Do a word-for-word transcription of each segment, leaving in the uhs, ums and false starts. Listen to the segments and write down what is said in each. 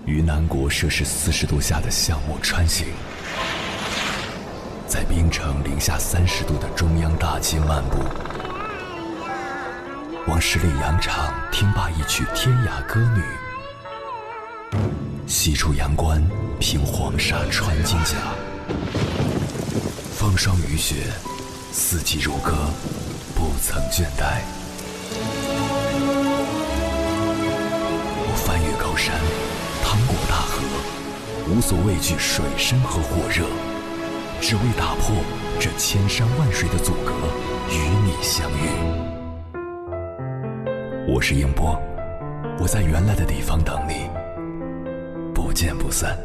于南国摄氏四十度下的项目穿行，在冰城零下三十度的中央大街漫步，往十里洋场听罢一曲天涯歌女，西出阳关凭黄沙穿金甲，风霜雨雪，四季如歌，不曾倦怠。我翻越高山，趟过大河，无所畏惧水深和火热，只为打破这千山万水的阻隔，与你相遇。我是英波，我在原来的地方等你，不见不散。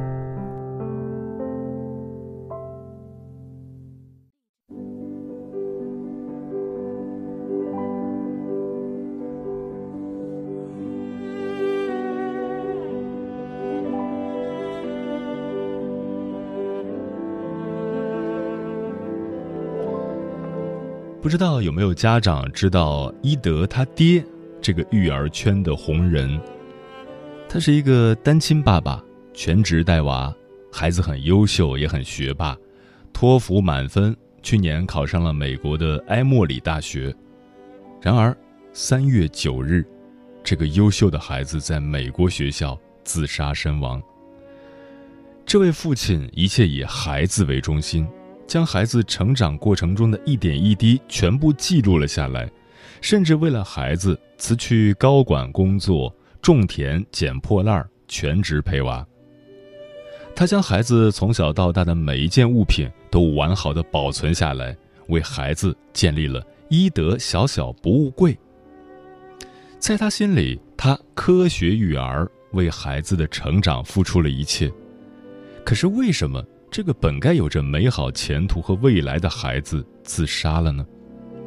不知道有没有家长知道伊德他爹这个育儿圈的红人？他是一个单亲爸爸，全职带娃，孩子很优秀，也很学霸，托福满分，去年考上了美国的埃默里大学。然而三月九日，这个优秀的孩子在美国学校自杀身亡。这位父亲一切以孩子为中心，将孩子成长过程中的一点一滴全部记录了下来，甚至为了孩子辞去高管工作，种田捡破烂，全职陪娃。他将孩子从小到大的每一件物品都完好的保存下来，为孩子建立了伊德小小博物柜。在他心里，他科学育儿，为孩子的成长付出了一切。可是为什么这个本该有着美好前途和未来的孩子自杀了呢？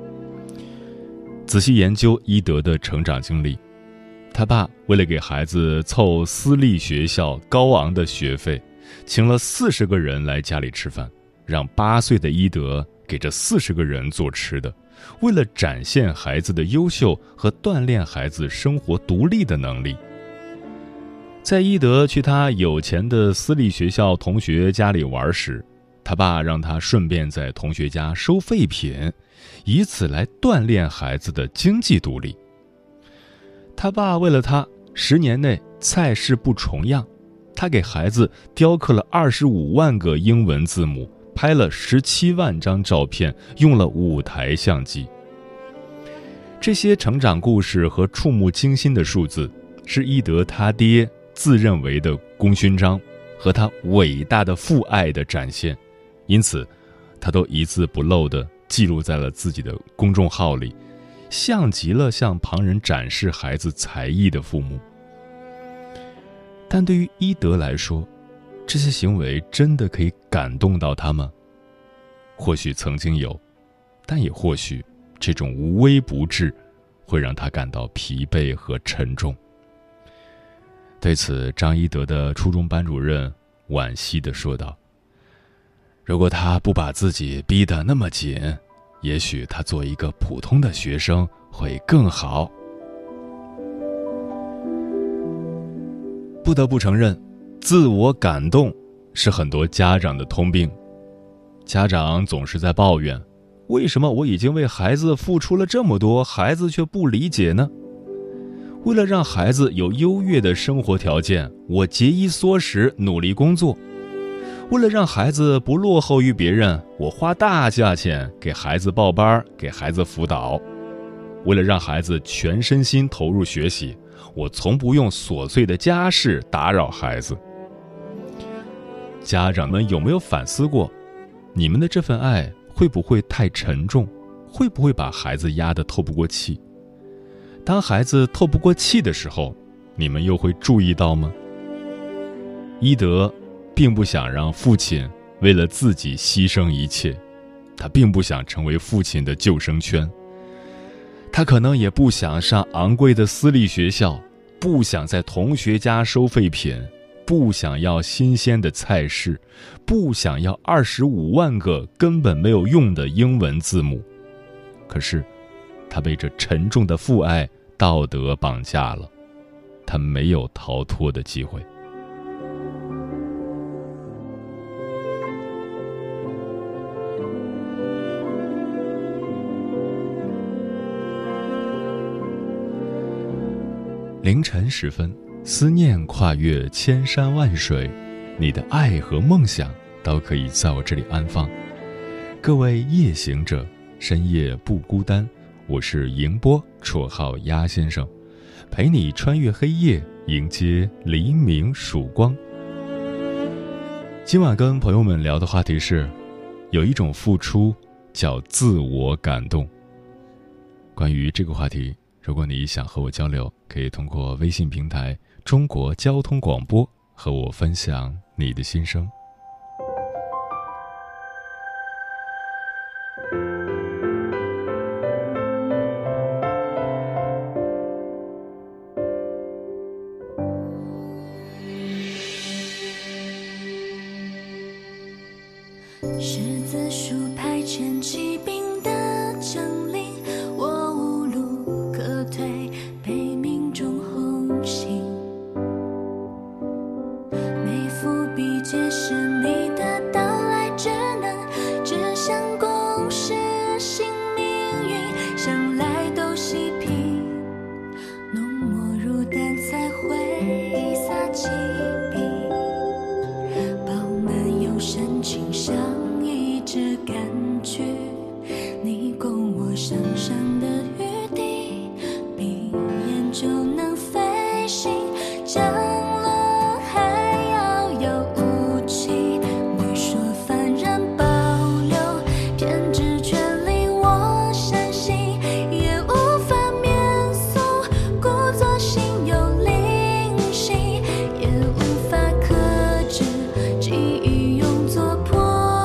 仔细研究伊德的成长经历，他爸为了给孩子凑私立学校高昂的学费，请了四十个人来家里吃饭，让八岁的伊德给这四十个人做吃的，为了展现孩子的优秀和锻炼孩子生活独立的能力。在伊德去他有钱的私立学校同学家里玩时，他爸让他顺便在同学家收废品，以此来锻炼孩子的经济独立。他爸为了他，十年内菜式不重样，他给孩子雕刻了二十五万个英文字母，拍了十七万张照片，用了五台相机。这些成长故事和触目惊心的数字，是伊德他爹自认为的功勋章和他伟大的父爱的展现，因此他都一字不漏地记录在了自己的公众号里，像极了向旁人展示孩子才艺的父母。但对于伊德来说，这些行为真的可以感动到他吗？或许曾经有，但也或许这种无微不至会让他感到疲惫和沉重。对此，张一德的初中班主任惋惜地说道：如果他不把自己逼得那么紧，也许他做一个普通的学生会更好。不得不承认，自我感动是很多家长的通病。家长总是在抱怨，为什么我已经为孩子付出了这么多，孩子却不理解呢？为了让孩子有优越的生活条件，我节衣缩食，努力工作。为了让孩子不落后于别人，我花大价钱给孩子报班，给孩子辅导。为了让孩子全身心投入学习，我从不用琐碎的家事打扰孩子。家长们有没有反思过，你们的这份爱会不会太沉重？会不会把孩子压得透不过气？当孩子透不过气的时候，你们又会注意到吗？伊德并不想让父亲为了自己牺牲一切，他并不想成为父亲的救生圈，他可能也不想上昂贵的私立学校，不想在同学家收废品，不想要新鲜的菜式，不想要二十五万个根本没有用的英文字母。可是他被这沉重的父爱道德绑架了，他没有逃脱的机会。 凌晨时分，思念跨越千山万水，你的爱和梦想都可以在我这里安放。各位夜行者，深夜不孤单，我是迎波，绰号鸭先生，陪你穿越黑夜，迎接黎明曙光。今晚跟朋友们聊的话题是，有一种付出叫自我感动。关于这个话题，如果你想和我交流，可以通过微信平台中国交通广播和我分享你的心声。 十字书排前骑兵的将领，我无路可退，被命中红心。每幅笔皆是你的到来，只能指向共识新命运，向来都细品，浓墨如丹才会洒起笔，饱满有深情相一直感觉你供我想象的余地，闭眼就能飞行，降落还要有武器。你说凡人保留偏执，却令我深信，也无法免俗，故作心有灵犀，也无法克制记忆用作破。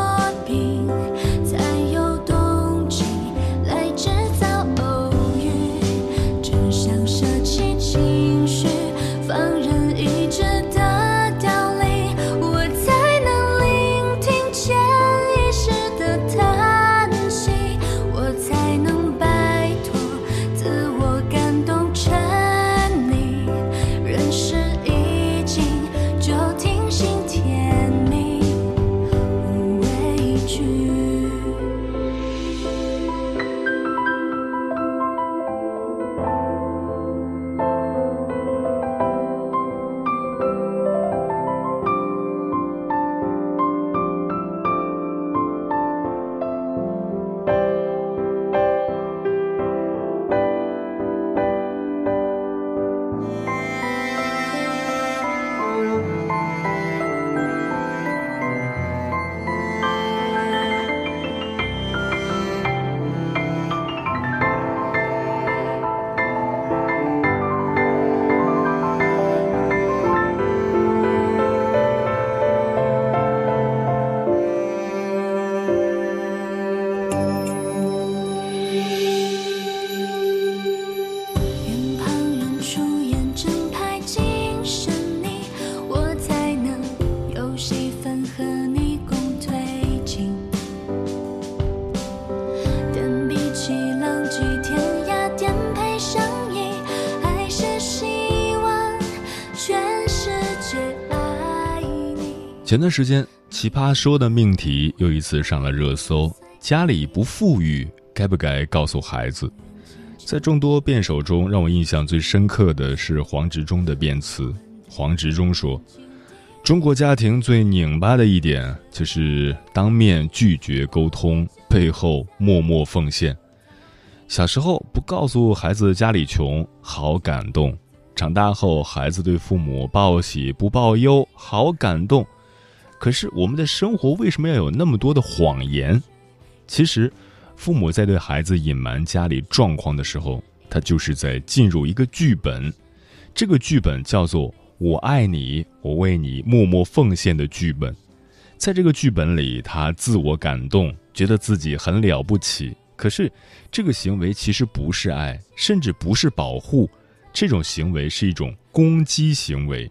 前段时间，奇葩说的命题又一次上了热搜，家里不富裕，该不该告诉孩子？在众多辩手中，让我印象最深刻的是黄执中的辩词。黄执中说，中国家庭最拧巴的一点就是当面拒绝沟通，背后默默奉献。小时候不告诉孩子家里穷，好感动；长大后孩子对父母报喜不报忧，好感动。可是我们的生活为什么要有那么多的谎言？其实父母在对孩子隐瞒家里状况的时候，他就是在进入一个剧本，这个剧本叫做我爱你，我为你默默奉献的剧本。在这个剧本里，他自我感动，觉得自己很了不起，可是这个行为其实不是爱，甚至不是保护，这种行为是一种攻击行为。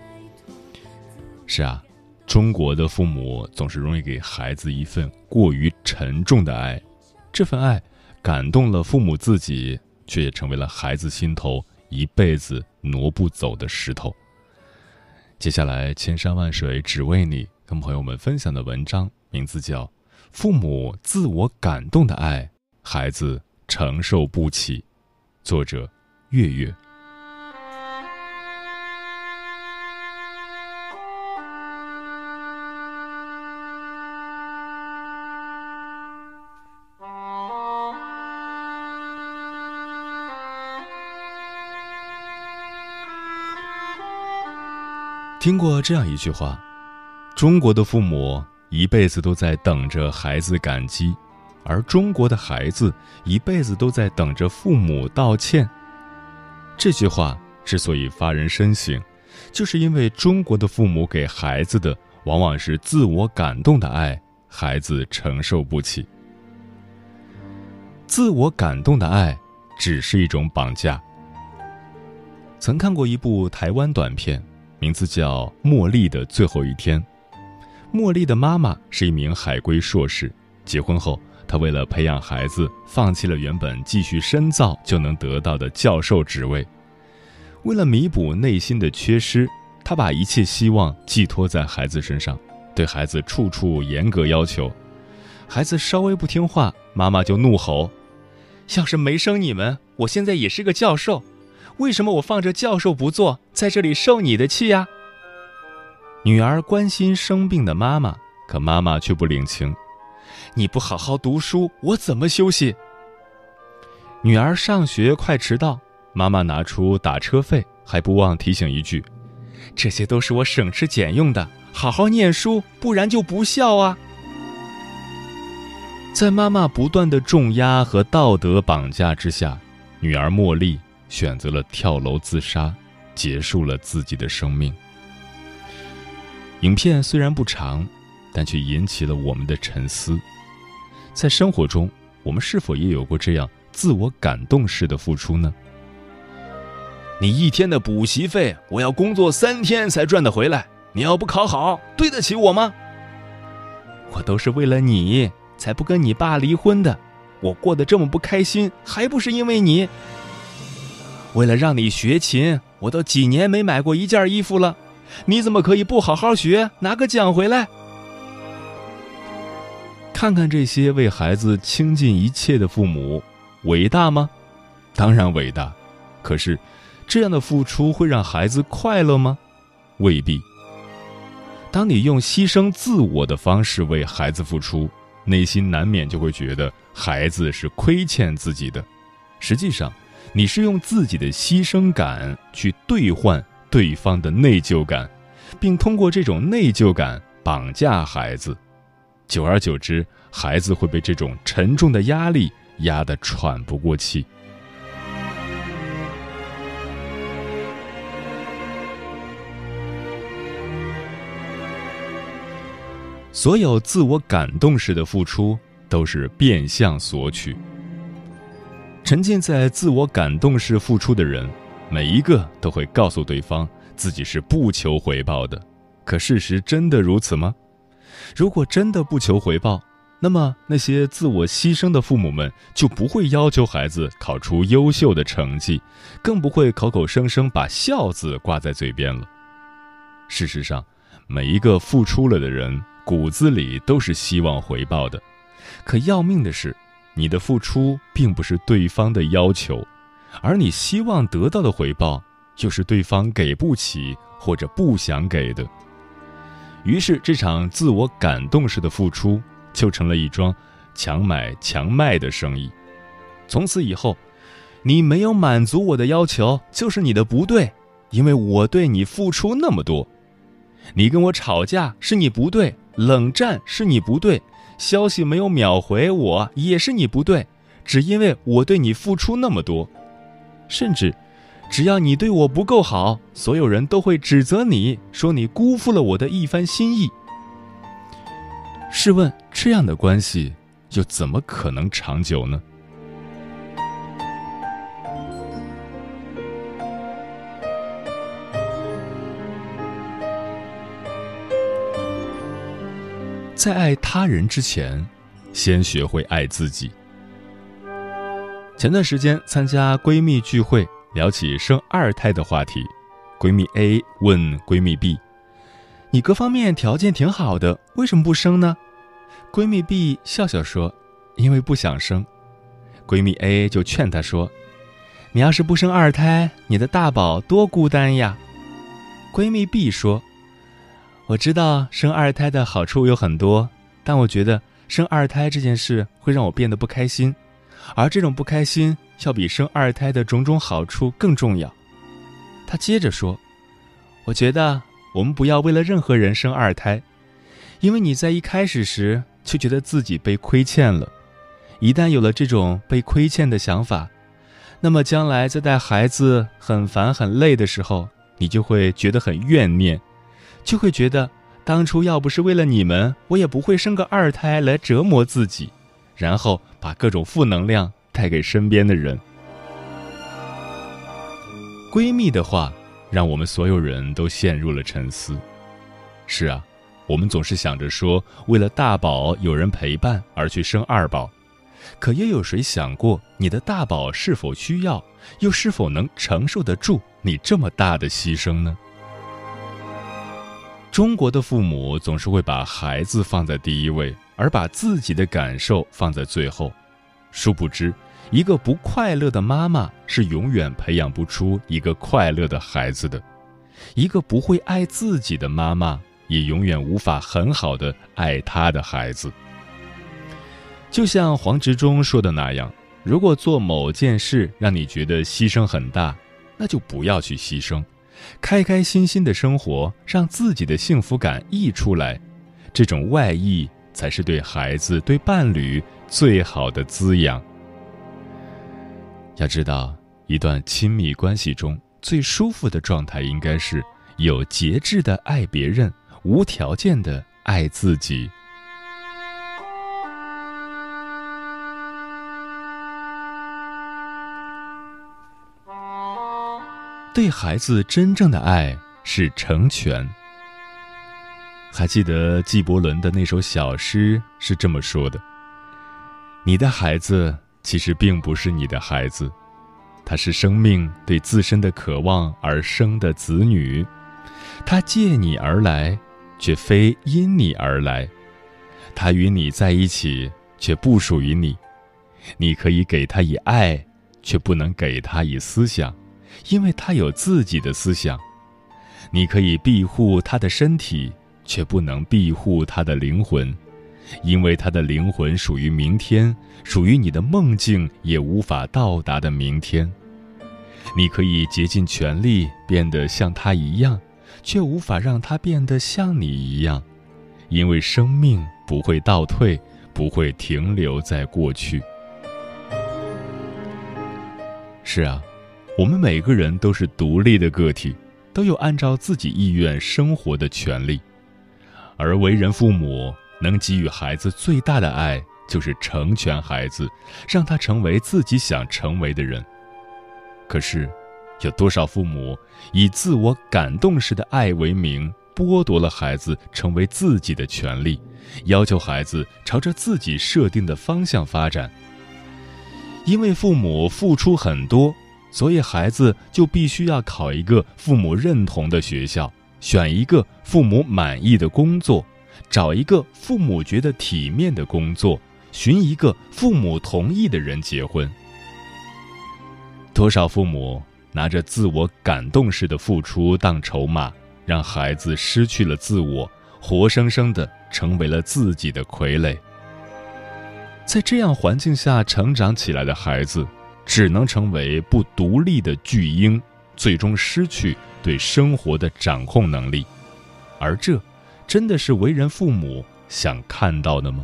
是啊，中国的父母总是容易给孩子一份过于沉重的爱，这份爱感动了父母自己，却也成为了孩子心头一辈子挪不走的石头。接下来，千山万水只为你，跟朋友们分享的文章名字叫《父母自我感动的爱，孩子承受不起》，作者月月。 听过这样一句话，中国的父母一辈子都在等着孩子感激，而中国的孩子一辈子都在等着父母道歉。这句话之所以发人深省，就是因为中国的父母给孩子的往往是自我感动的爱，孩子承受不起。自我感动的爱只是一种绑架。曾看过一部台湾短片，名字叫《茉莉的最后一天》。茉莉的妈妈是一名海归硕士，结婚后，她为了培养孩子，放弃了原本继续深造就能得到的教授职位。为了弥补内心的缺失，她把一切希望寄托在孩子身上，对孩子处处严格要求。孩子稍微不听话，妈妈就怒吼：要是没生你们，我现在也是个教授，为什么我放着教授不做，在这里受你的气呀？女儿关心生病的妈妈，可妈妈却不领情。你不好好读书，我怎么休息？女儿上学快迟到，妈妈拿出打车费，还不忘提醒一句：这些都是我省吃俭用的，好好念书，不然就不孝啊。在妈妈不断的重压和道德绑架之下，女儿茉莉选择了跳楼自杀，结束了自己的生命。影片虽然不长，但却引起了我们的沉思。在生活中，我们是否也有过这样自我感动式的付出呢？你一天的补习费，我要工作三天才赚得回来，你要不考好，对得起我吗？我都是为了你才不跟你爸离婚的，我过得这么不开心，还不是因为你？为了让你学琴，我都几年没买过一件衣服了，你怎么可以不好好学，拿个奖回来？看看这些为孩子倾尽一切的父母，伟大吗？当然伟大。可是，这样的付出会让孩子快乐吗？未必。当你用牺牲自我的方式为孩子付出，内心难免就会觉得孩子是亏欠自己的。实际上，你是用自己的牺牲感去兑换对方的内疚感，并通过这种内疚感绑架孩子。久而久之，孩子会被这种沉重的压力压得喘不过气。所有自我感动式的付出都是变相索取。沉浸在自我感动式付出的人，每一个都会告诉对方自己是不求回报的。可事实真的如此吗？如果真的不求回报，那么那些自我牺牲的父母们就不会要求孩子考出优秀的成绩，更不会口口声声把孝字挂在嘴边了。事实上，每一个付出了的人骨子里都是希望回报的，可要命的是，你的付出并不是对方的要求，而你希望得到的回报又是对方给不起或者不想给的。于是这场自我感动式的付出就成了一桩强买强卖的生意。从此以后，你没有满足我的要求就是你的不对，因为我对你付出那么多。你跟我吵架是你不对，冷战是你不对，消息没有秒回我也是你不对，只因为我对你付出那么多。甚至只要你对我不够好，所有人都会指责你，说你辜负了我的一番心意。试问这样的关系又怎么可能长久呢？在爱他人之前，先学会爱自己。前段时间参加闺蜜聚会，聊起生二胎的话题，闺蜜 A 问闺蜜 B： 你各方面条件挺好的，为什么不生呢？闺蜜 B 笑笑说：因为不想生。闺蜜 A 就劝她说：你要是不生二胎，你的大宝多孤单呀。闺蜜 B 说：我知道生二胎的好处有很多，但我觉得生二胎这件事会让我变得不开心，而这种不开心要比生二胎的种种好处更重要。她接着说：我觉得我们不要为了任何人生二胎，因为你在一开始时就觉得自己被亏欠了。一旦有了这种被亏欠的想法，那么将来在带孩子很烦很累的时候，你就会觉得很怨念，就会觉得当初要不是为了你们，我也不会生个二胎来折磨自己，然后把各种负能量带给身边的人。闺蜜的话让我们所有人都陷入了沉思。是啊，我们总是想着说为了大宝有人陪伴而去生二宝，可又有谁想过你的大宝是否需要，又是否能承受得住你这么大的牺牲呢？中国的父母总是会把孩子放在第一位，而把自己的感受放在最后。殊不知，一个不快乐的妈妈是永远培养不出一个快乐的孩子的，一个不会爱自己的妈妈也永远无法很好的爱她的孩子。就像黄执中说的那样，如果做某件事让你觉得牺牲很大，那就不要去牺牲，开开心心的生活，让自己的幸福感溢出来，这种外溢才是对孩子对伴侣最好的滋养。要知道，一段亲密关系中最舒服的状态应该是有节制的爱别人，无条件的爱自己。对孩子真正的爱是成全。还记得纪伯伦的那首小诗是这么说的：你的孩子其实并不是你的孩子，他是生命对自身的渴望而生的子女，他借你而来，却非因你而来，他与你在一起，却不属于你。你可以给他以爱，却不能给他以思想，因为他有自己的思想。你可以庇护他的身体，却不能庇护他的灵魂，因为他的灵魂属于明天，属于你的梦境也无法到达的明天。你可以竭尽全力变得像他一样，却无法让他变得像你一样，因为生命不会倒退，不会停留在过去。是啊，我们每个人都是独立的个体，都有按照自己意愿生活的权利。而为人父母，能给予孩子最大的爱，就是成全孩子，让他成为自己想成为的人。可是，有多少父母以自我感动式的爱为名，剥夺了孩子成为自己的权利，要求孩子朝着自己设定的方向发展。因为父母付出很多，所以孩子就必须要考一个父母认同的学校，选一个父母满意的工作，找一个父母觉得体面的工作，寻一个父母同意的人结婚。多少父母拿着自我感动式的付出当筹码，让孩子失去了自我，活生生地成为了自己的傀儡。在这样环境下成长起来的孩子，只能成为不独立的巨婴，最终失去对生活的掌控能力。而这真的是为人父母想看到的吗？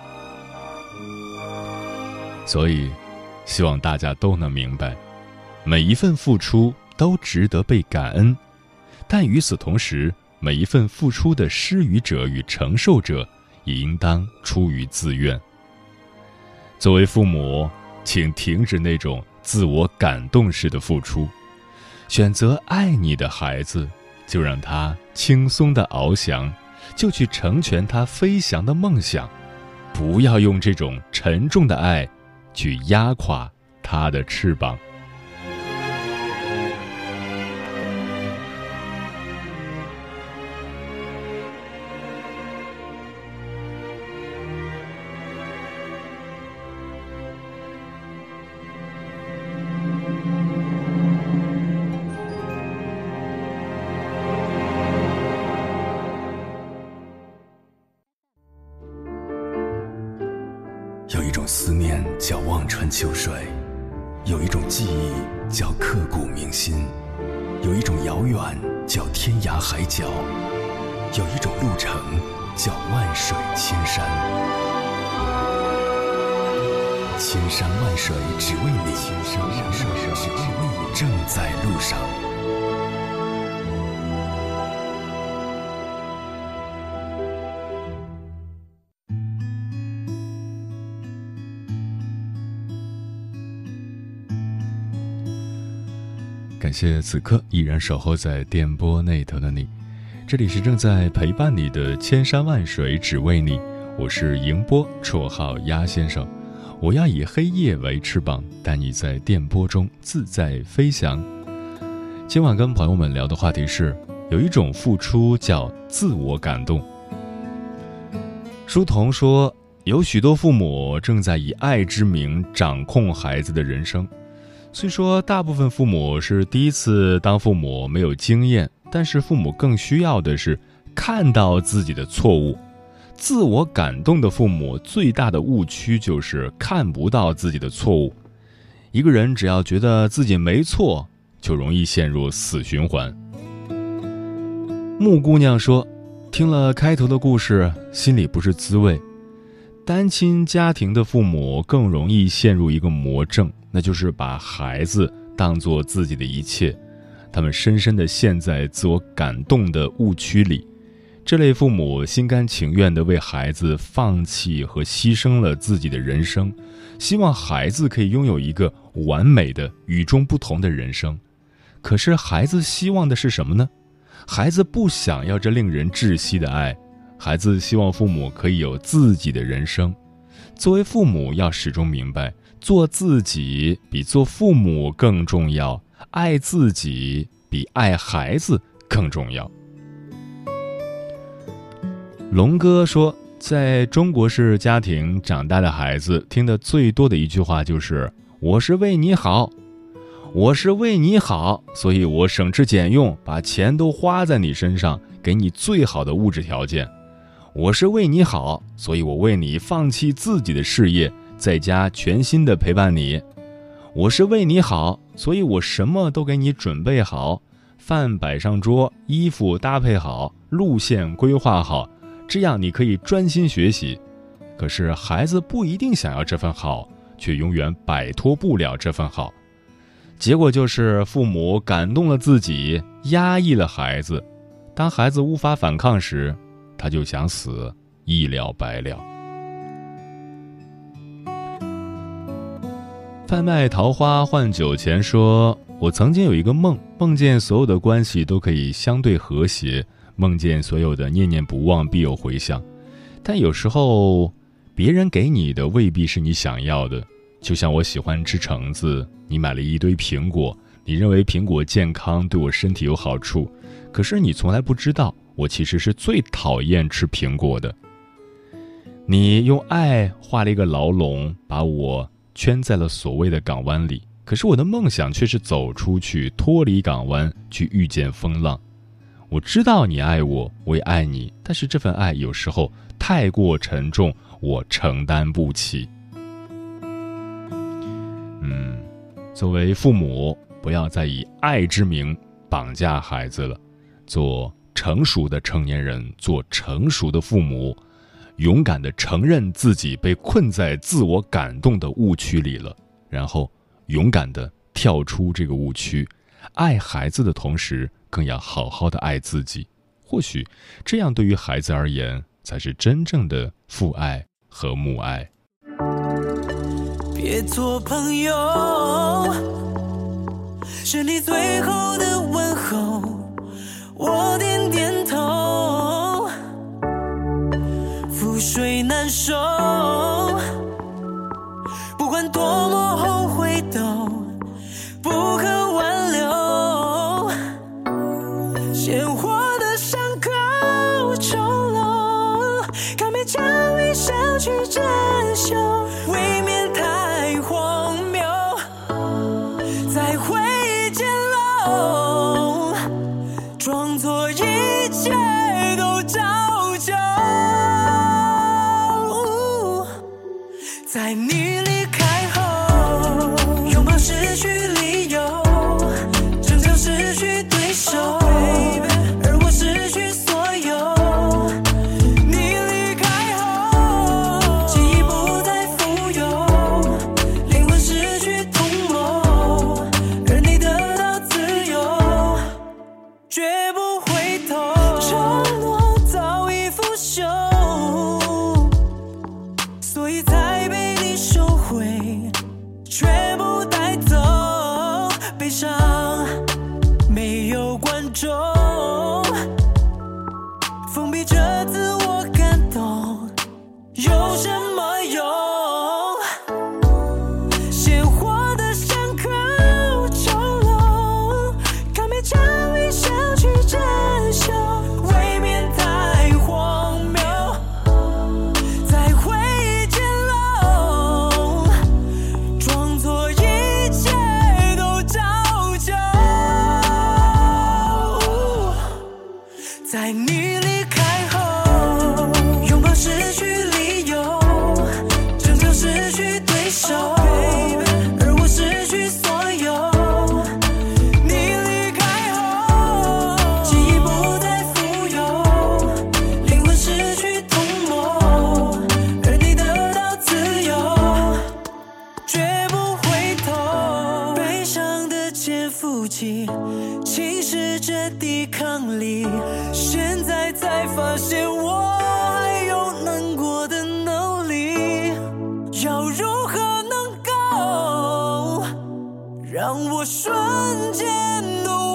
所以希望大家都能明白，每一份付出都值得被感恩，但与此同时，每一份付出的施予者与承受者也应当出于自愿。作为父母，请停止那种自我感动式的付出，选择爱你的孩子，就让他轻松地翱翔，就去成全他飞翔的梦想，不要用这种沉重的爱去压垮他的翅膀。 有一种思念叫望穿秋水，有一种记忆叫刻骨铭心，有一种遥远叫天涯海角，有一种路程叫万水千山。千山万水只为你，千山万水只为你，正在路上。 感谢此刻依然守候在电波那头的你，这里是正在陪伴你的千山万水只为你，我是迎波，绰号鸭先生。我要以黑夜为翅膀，带你在电波中自在飞翔。今晚跟朋友们聊的话题是，有一种付出叫自我感动。书童说，有许多父母正在以爱之名掌控孩子的人生。虽说大部分父母是第一次当父母，没有经验，但是父母更需要的是看到自己的错误。自我感动的父母最大的误区就是看不到自己的错误。一个人只要觉得自己没错，就容易陷入死循环。木姑娘说，听了开头的故事，心里不是滋味。单亲家庭的父母更容易陷入一个魔症，那就是把孩子当作自己的一切，他们深深地陷在自我感动的误区里。这类父母心甘情愿地为孩子放弃和牺牲了自己的人生，希望孩子可以拥有一个完美的与众不同的人生。可是孩子希望的是什么呢？孩子不想要这令人窒息的爱，孩子希望父母可以有自己的人生。作为父母要始终明白，做自己比做父母更重要，爱自己比爱孩子更重要。龙哥说，在中国式家庭长大的孩子听得最多的一句话就是我是为你好，我是为你好，所以我省吃俭用把钱都花在你身上，给你最好的物质条件。我是为你好，所以我为你放弃自己的事业，在家全心的陪伴你。我是为你好，所以我什么都给你准备好，饭摆上桌，衣服搭配好，路线规划好，这样你可以专心学习。可是孩子不一定想要这份好，却永远摆脱不了这份好。结果就是父母感动了自己，压抑了孩子。当孩子无法反抗时，他就想死，一了百了。贩卖桃花换酒钱说，我曾经有一个梦，梦见所有的关系都可以相对和谐，梦见所有的念念不忘必有回响。但有时候别人给你的未必是你想要的，就像我喜欢吃橙子，你买了一堆苹果，你认为苹果健康，对我身体有好处，可是你从来不知道我其实是最讨厌吃苹果的。你用爱画了一个牢笼，把我圈在了所谓的港湾里，可是我的梦想却是走出去，脱离港湾，去遇见风浪。我知道你爱我，我也爱你，但是这份爱有时候太过沉重，我承担不起。嗯，作为父母，不要再以爱之名绑架孩子了，做成熟的成年人，做成熟的父母，勇敢地承认自己被困在自我感动的误区里了，然后勇敢地跳出这个误区，爱孩子的同时，更要好好的爱自己。或许这样对于孩子而言，才是真正的父爱和母爱。 别做朋友，是你最后的问候，我点点头，覆水难收，不管多么后悔都不可挽留，鲜活的伤口丑陋，看没将微笑去遮羞，未免太荒谬，再会见喽，装作一切都照旧，在你离开后，拥抱失去理由，争吵失去对手， 在你离开后，拥抱失去理由，争吵失去对手，而我失去所有。你离开后，记忆不再富有，灵魂失去同谋，而你得到自由，绝不回头。悲伤的潜伏期侵蚀着抵抗力，现在才发现我还有难过的能力，要如何能够让我瞬间的